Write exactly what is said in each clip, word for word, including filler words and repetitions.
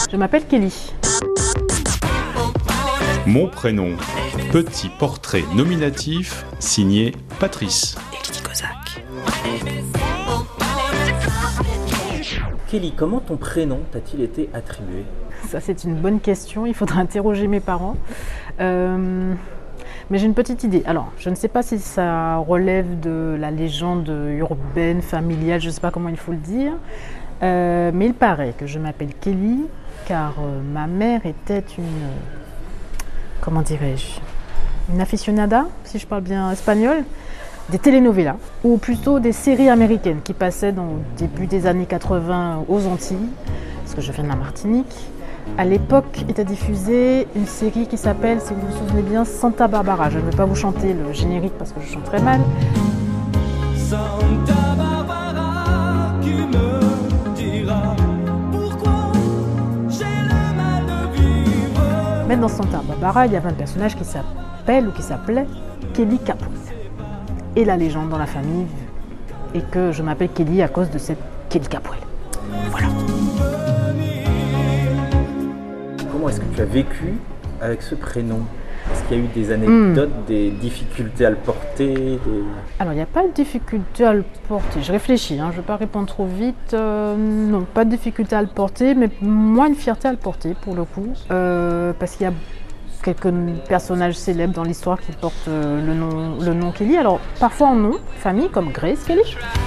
Je m'appelle Kelly. Mon prénom, petit portrait nominatif signé Patrice. Kelly, comment ton prénom t'a-t-il été attribué ? Ça, c'est une bonne question. Il faudra interroger mes parents. Euh, mais j'ai une petite idée. Alors, je ne sais pas si ça relève de la légende urbaine, familiale, je ne sais pas comment il faut le dire. Euh, mais il paraît que je m'appelle Kelly, car euh, ma mère était une... Comment dirais-je ? Une aficionada, si je parle bien espagnol, des telenovelas, ou plutôt des séries américaines qui passaient dans le début des années quatre-vingts aux Antilles, parce que je viens de la Martinique. À l'époque était diffusée une série qui s'appelle, si vous vous souvenez bien, Santa Barbara. Je ne vais pas vous chanter le générique parce que je chante très mal. Santa Barbara, qui me dira pourquoi j'ai le mal de vivre. Mais dans Santa Barbara, il y avait un personnage qui s'appelle ou qui s'appelait Kelly Caput. Et la légende dans la famille est que je m'appelle Kelly à cause de cette Kelly Caput. Voilà. Comment est-ce que tu as vécu avec ce prénom ? Est-ce qu'il y a eu des anecdotes, mmh. des difficultés à le porter des... Alors, il n'y a pas de difficulté à le porter. Je réfléchis, hein, je ne vais pas répondre trop vite. Euh, non, pas de difficulté à le porter, mais moins une fierté à le porter, pour le coup. Euh, parce qu'il y a quelques personnages célèbres dans l'histoire qui portent euh, le, nom, le nom Kelly. Alors, parfois en nom, famille, comme Grace Kelly.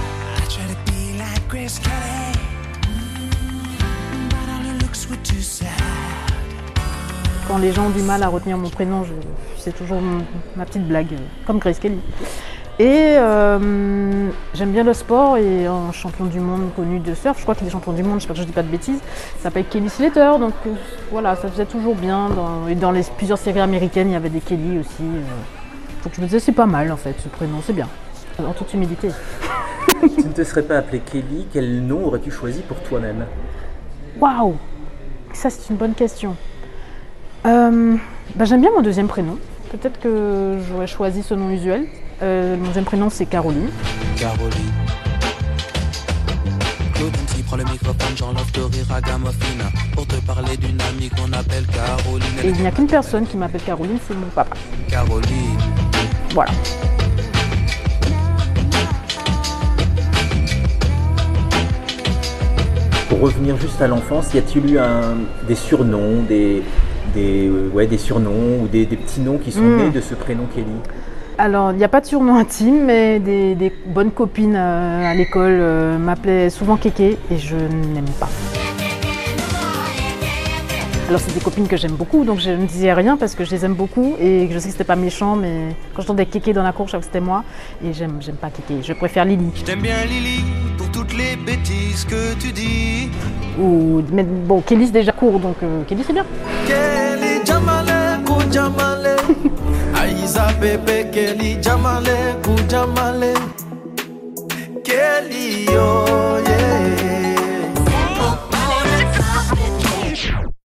Quand les gens ont du mal à retenir mon prénom, je, c'est toujours mon, ma petite blague, euh, comme Grace Kelly. Et euh, j'aime bien le sport et un champion du monde connu de surf, je crois qu'il est champion du monde, j'espère que je ne dis pas de bêtises, il s'appelle Kelly Slater, donc euh, voilà, ça faisait toujours bien. Dans, et dans les plusieurs séries américaines, il y avait des Kelly aussi. Euh, donc je me disais, c'est pas mal en fait, ce prénom, c'est bien, en toute humilité. Tu ne te serais pas appelé Kelly, quel nom aurais-tu choisi pour toi-même ? Waouh, ça c'est une bonne question. Euh, bah, j'aime bien mon deuxième prénom, peut-être que j'aurais choisi ce nom usuel. Euh, mon deuxième prénom c'est Caroline. Caroline. Claudine prend le microphone, j'enlève de rire à Gamofina pour te parler d'une amie qu'on appelle Caroline. Et il n'y a qu'une personne qui m'appelle Caroline, c'est mon papa. Caroline. Voilà. Pour revenir juste à l'enfance, y a-t-il eu un, des surnoms, des, des, ouais, des surnoms ou des, des petits noms qui sont mmh. nés de ce prénom Kelly ? Alors, il n'y a pas de surnom intime, mais des, des bonnes copines euh, à l'école euh, m'appelaient souvent Kéké et je n'aime pas. Alors, c'est des copines que j'aime beaucoup, donc je ne disais rien parce que je les aime beaucoup et je sais que c'était pas méchant, mais quand j'entendais Kéké dans la cour, je savais que c'était moi et j'aime, j'aime pas Kéké, je préfère Lily. Je t'aime bien Lily pour toutes les bêtises que tu dis. Ou, mais bon, Kelly c'est déjà court, donc euh, Kelly c'est bien. Kelly Jamale, Kou Jamale. Aïsa bébé Kelly Jamale, Kou Jamale. Kelly oh yeah.